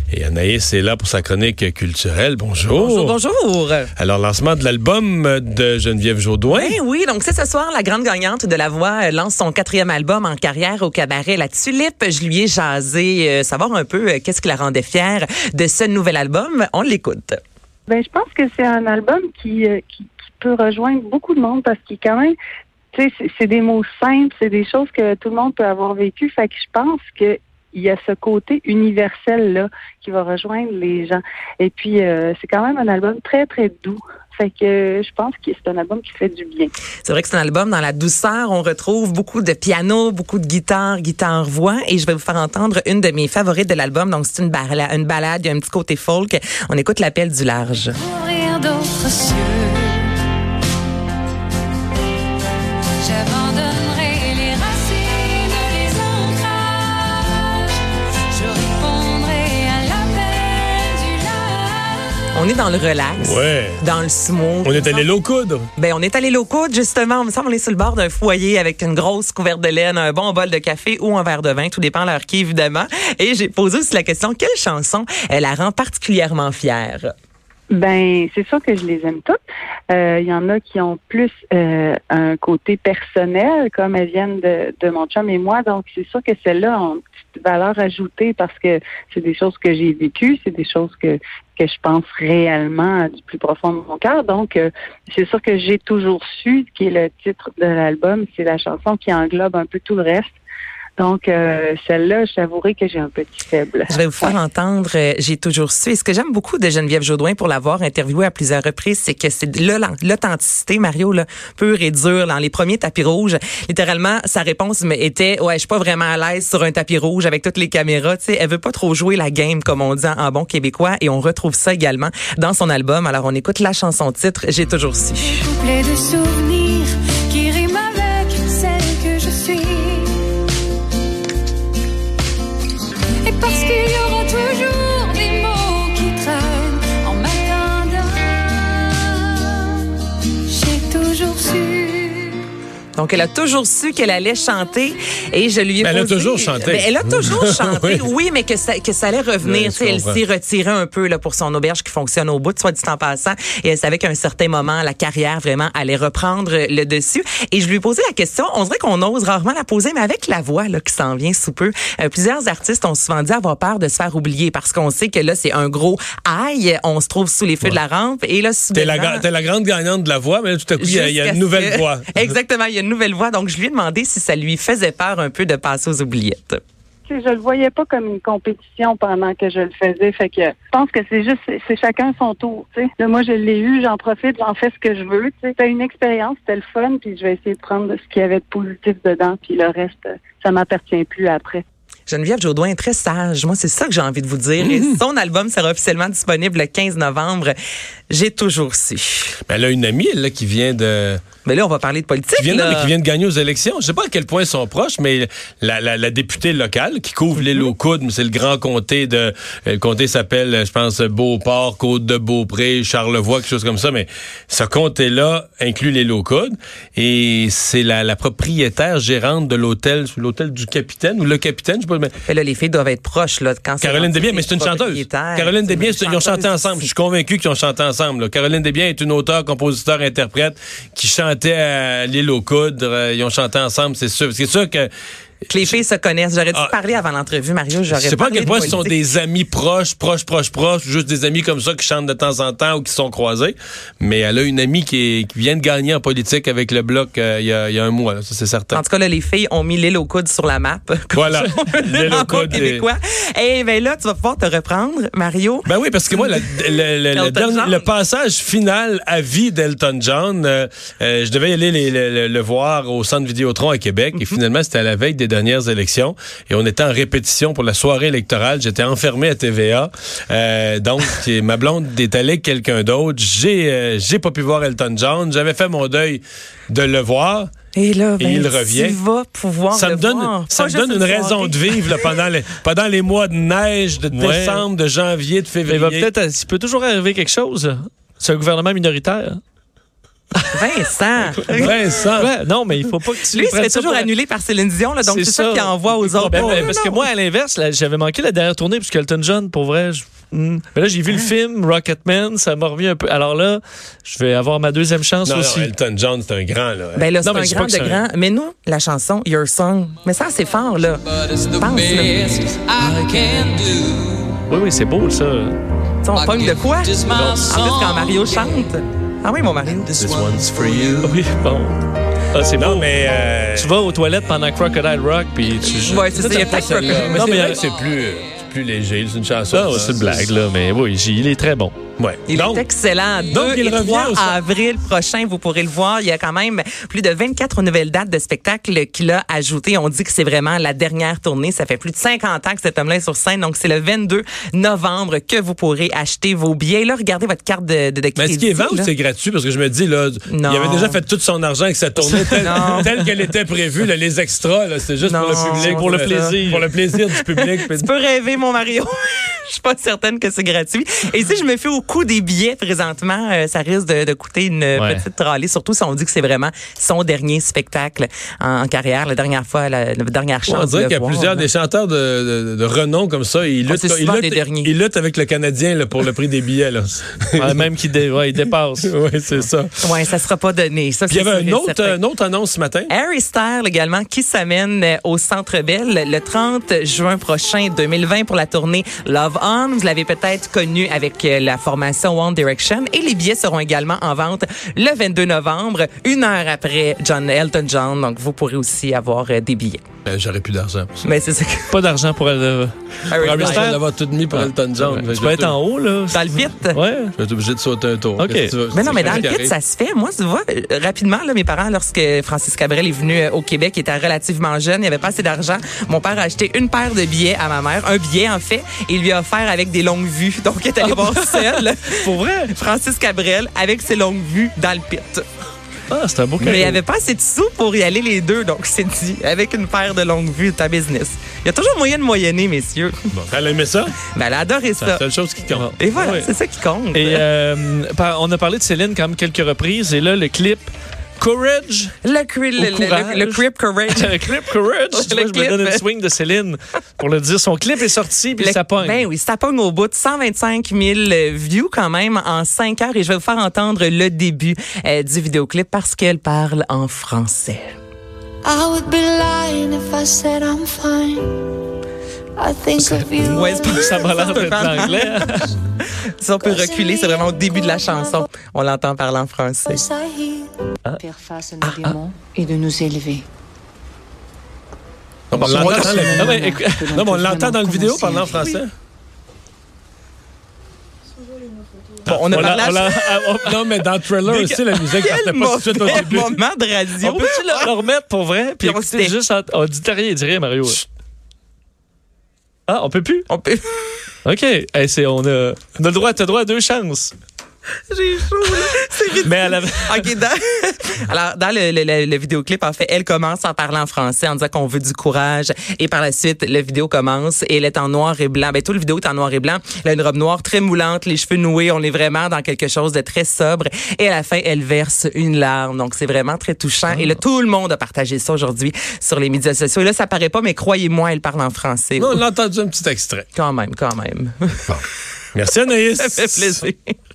Et Anaïs est là pour sa chronique culturelle. Bonjour. Bonjour. Alors, lancement de l'album de Geneviève Jourdouin. Oui, donc c'est ce soir, la grande gagnante de La Voix lance son 4e album en carrière au cabaret La Tulipe. Je lui ai jasé, savoir un peu qu'est-ce qui la rendait fière de ce nouvel album. On l'écoute. Ben, je pense que c'est un album qui peut rejoindre beaucoup de monde parce qu'il est quand même, tu sais, c'est des mots simples, c'est des choses que tout le monde peut avoir vécues. Fait que je pense que il y a ce côté universel là qui va rejoindre les gens. Et puis c'est quand même un album très très doux. Fait que je pense que c'est un album qui fait du bien. C'est vrai que c'est un album dans la douceur. On retrouve beaucoup de piano, beaucoup de guitare-voix. Et je vais vous faire entendre une de mes favorites de l'album. Donc c'est une balade, il y a un petit côté folk. On écoute L'appel du large. Courir d'autres cieux. J'abandonnerai les racines, les ancrages. Je répondrai à l'appel du large. On est dans le relax, dans le smooth. On est allé low coude. Ben, on est allé low coude, justement. On me semble on est sur le bord d'un foyer avec une grosse couverte de laine, un bon bol de café ou un verre de vin. Tout dépend leur qui, évidemment. Et j'ai posé aussi la question, quelle chanson la rend particulièrement fière? Ben, c'est sûr que je les aime toutes. Il y en a qui ont plus un côté personnel, comme elles viennent de mon chum et moi. Donc, c'est sûr que celles-là ont une petite valeur ajoutée parce que c'est des choses que j'ai vécues, c'est des choses que je pense réellement du plus profond de mon cœur. Donc, c'est sûr que J'ai toujours su, qui est le titre de l'album, c'est la chanson qui englobe un peu tout le reste. Donc, celle-là, je t'avouerai que j'ai un petit faible. Je vais vous faire entendre J'ai toujours su. Et ce que j'aime beaucoup de Geneviève Jourdouin pour l'avoir interviewée à plusieurs reprises, c'est que c'est l'authenticité, Mario, là, pure et dure. Dans les premiers tapis rouges, littéralement, sa réponse était « Ouais, je suis pas vraiment à l'aise sur un tapis rouge avec toutes les caméras. » Tu sais, elle veut pas trop jouer la game, comme on dit en bon québécois. Et on retrouve ça également dans son album. Alors, on écoute la chanson titre « J'ai toujours su ». Des couplets de souvenirs qui riment avec celle que je suis. Et parce qu'il y aura toujours des mots qui traînent en m'attendant, j'ai toujours su. Donc, elle a toujours su qu'elle allait chanter et je lui ai posé... Elle a toujours chanté. Ben, elle a toujours chanté, oui, mais que ça allait revenir. Oui, elle s'est retirée un peu là pour son auberge qui fonctionne au bout, soit dit en passant. Et elle savait qu'à un certain moment, la carrière vraiment allait reprendre le dessus. Et je lui ai posé la question, on dirait qu'on ose rarement la poser, mais avec la voix là qui s'en vient sous peu, plusieurs artistes ont souvent dit avoir peur de se faire oublier parce qu'on sait que là, c'est un gros aïe, on se trouve sous les feux de la rampe. Et là, T'es la grande gagnante de la voix, mais là, tout à coup, il y a une nouvelle voix. Exactement, il y a une nouvelle voix. Donc, je lui ai demandé si ça lui faisait peur un peu de passer aux oubliettes. Je le voyais pas comme une compétition pendant que je le faisais. Fait que je pense que c'est chacun son tour. Tu sais. Là, moi, je l'ai eu, j'en profite, j'en fais ce que je veux. Tu sais. C'était une expérience, c'était le fun, puis je vais essayer de prendre ce qu'il y avait de positif dedans, puis le reste, ça m'appartient plus après. Geneviève Jourdouin est très sage. Moi, c'est ça que j'ai envie de vous dire. Et son album sera officiellement disponible le 15 novembre. J'ai toujours su. Ben, elle a une amie, elle, là, qui vient de... Mais là, on va parler de politique. Qui vient de gagner aux élections. Je sais pas à quel point ils sont proches, mais la députée locale qui couvre l'île aux Coudes, mais c'est le grand comté de... Le comté s'appelle, je pense, Beauport, Côte-de-Beaupré, Charlevoix, quelque chose comme ça. Mais ce comté-là inclut l'île aux Coudes. Et c'est la propriétaire gérante de l'hôtel du capitaine, ou le capitaine, je sais pas. Mais là, les filles doivent être proches. Là, quand Caroline Desbiens, mais c'est une chanteuse. Caroline Desbiens, ils ont chanté ensemble. Je suis convaincu qu'ils ont chanté ensemble. Là. Caroline Desbiens est une auteure, compositeur, interprète qui chantait à l'île aux Coudes. Ils ont chanté ensemble, c'est sûr. C'est sûr que les filles se connaissent. J'aurais dû parler avant l'entrevue, Mario. Je sais pas à quel point ce sont des amis proches, ou juste des amis comme ça qui chantent de temps en temps ou qui sont croisés. Mais elle a une amie qui vient de gagner en politique avec le Bloc il y a un mois, là, ça c'est certain. En tout cas, là, les filles ont mis l'île aux Coudes sur la map. Voilà, l'île aux Coudes. Et ben là, tu vas pouvoir te reprendre, Mario. Ben oui, parce que moi, le passage final à vie d'Elton John, je devais y aller le voir au Centre Vidéotron à Québec. Et finalement, c'était à la veille des dernières élections et on était en répétition pour la soirée électorale. J'étais enfermé à TVA. Donc, ma blonde est allée avec quelqu'un d'autre. J'ai pas pu voir Elton John. J'avais fait mon deuil de le voir. Et là, il revient. Tu vas pouvoir ça me donne une raison de vivre là, pendant les mois de neige, de décembre, de janvier, de février. Il peut toujours arriver quelque chose. C'est un gouvernement minoritaire. Vincent. Ouais, non, mais il faut pas que tu... Lui, il se fait toujours annuler par Céline Dion, là, donc c'est ça qu'il envoie aux autres. Parce que moi, à l'inverse, là, j'avais manqué la dernière tournée, puisque Elton John, pour vrai... Mais là, j'ai vu le film Rocketman, ça m'a remis un peu. Alors là, je vais avoir ma deuxième chance aussi. Non, Elton John, c'est un grand, là. Ben là, c'est un grand de grand. Mais nous, la chanson Your Song, mais ça, c'est fort, là. Pense, Oui, c'est beau, ça. T'sais, on pogne de quoi? En plus, quand Mario chante. Ah oui, mon Mario. This one's for you. Oui, bon. Ah, c'est non, beau. Mais tu vas aux toilettes pendant Crocodile Rock, puis tu... Ouais, c'est ça, il y a peut-être Crocodile. Non, mais c'est plus léger, c'est une chanson. Ah, c'est une blague, là, mais oui, il est très bon. Ouais. Il est excellent. 2 et 3 avril prochain, vous pourrez le voir. Il y a quand même plus de 24 nouvelles dates de spectacles qu'il a ajoutées. On dit que c'est vraiment la dernière tournée. Ça fait plus de 50 ans que cet homme-là est sur scène. Donc, c'est le 22 novembre que vous pourrez acheter vos billets. Là, regardez votre carte de crédit. Mais est-ce qu'il est vend ou c'est gratuit? Parce que je me dis, là, il avait déjà fait tout son argent avec sa tournée telle qu'elle était prévue. Là, les extras, là, c'était juste pour le public. Pour le plaisir. Pour le plaisir du public. Tu peux rêver, mon Mario. Je suis pas certaine que c'est gratuit. Et si je me fais au coût des billets présentement, ça risque de coûter une petite tralée, surtout si on dit que c'est vraiment son dernier spectacle en carrière, la dernière fois, la dernière chance. On dirait qu'il y a plusieurs des chanteurs de renom comme ça. Ils luttent avec le Canadien là, pour le prix des billets. Là. Même qu'il dépasse. Oui, c'est ça. Oui, ça sera pas donné. Ça, puis il y avait une autre annonce ce matin. Harry Styles également qui s'amène au Centre Bell le 30 juin prochain 2020 pour la tournée Love On. Vous l'avez peut-être connu avec la formation One Direction. Et les billets seront également en vente le 22 novembre, 1 heure après Elton John. Donc, vous pourrez aussi avoir des billets. J'aurais plus d'argent. Mais c'est ça. Pas d'argent pour Harry Styles. On va tout mis pour Elton John. Tu peux être en haut, là. Dans le pit? Ouais. Je vais être obligé de sauter un tour. OK. Mais non, mais dans le pit, ça se fait. Moi, tu vois, rapidement, là, mes parents, lorsque Francis Cabrel est venu au Québec, il était relativement jeune, il avait pas assez d'argent. Mon père a acheté une paire de billets à ma mère, un billet, en fait, et il lui a offert avec des longues vues. Donc, il est allé voir seul. Pour vrai? Francis Cabrel avec ses longues vues dans le pit. Ah, c'est un beau cadeau. Mais il n'y avait pas assez de sous pour y aller les deux, donc c'est dit, avec une paire de longues vues, ta business. Il y a toujours moyen de moyenner, messieurs. Bon, elle aimait ça? Ben, elle a adoré ça. C'est la seule chose qui compte. Et voilà, c'est ça qui compte. Et on a parlé de Céline quand même quelques reprises, et là, le clip Courage. Le clip Courage. Le clip Courage. Je me donne une swing de Céline pour le dire. Son clip est sorti, puis ça pogne. Ben oui, ça pogne au bout de 125 000 views quand même en 5 heures. Et je vais vous faire entendre le début du vidéoclip parce qu'elle parle en français. I would be lying if I said I'm fine. I think of you. Ouais, ça m'a l'air d'être l'anglais. Si on peut reculer, c'est vraiment au début de la chanson. On l'entend parler en français. Faire face à nos démons et de nous élever. On l'entend dans le vidéo parler en français. Bon, on a non, mais dans le trailer aussi, la musique partait pas tout de suite au début. Moment de radio. On peut-tu le remettre pour vrai? Puis écoutez juste... On dit rien, Mario. Ah, on peut plus? On peut. OK. Hey, on a le droit, t'as droit à 2 chances. J'ai chaud, là. C'est ridicule. Mais elle OK, alors, dans le vidéoclip, en fait, elle commence en parlant en français, en disant qu'on veut du courage. Et par la suite, le vidéo commence et elle est en noir et blanc. Ben, tout le vidéo est en noir et blanc. Elle a une robe noire très moulante, les cheveux noués. On est vraiment dans quelque chose de très sobre. Et à la fin, elle verse une larme. Donc, c'est vraiment très touchant. Et là, tout le monde a partagé ça aujourd'hui sur les médias sociaux. Et là, ça paraît pas, mais croyez-moi, elle parle en français. Non, on a entendu un petit extrait. Quand même. Bon. Merci, Anaïs. Ça fait plaisir.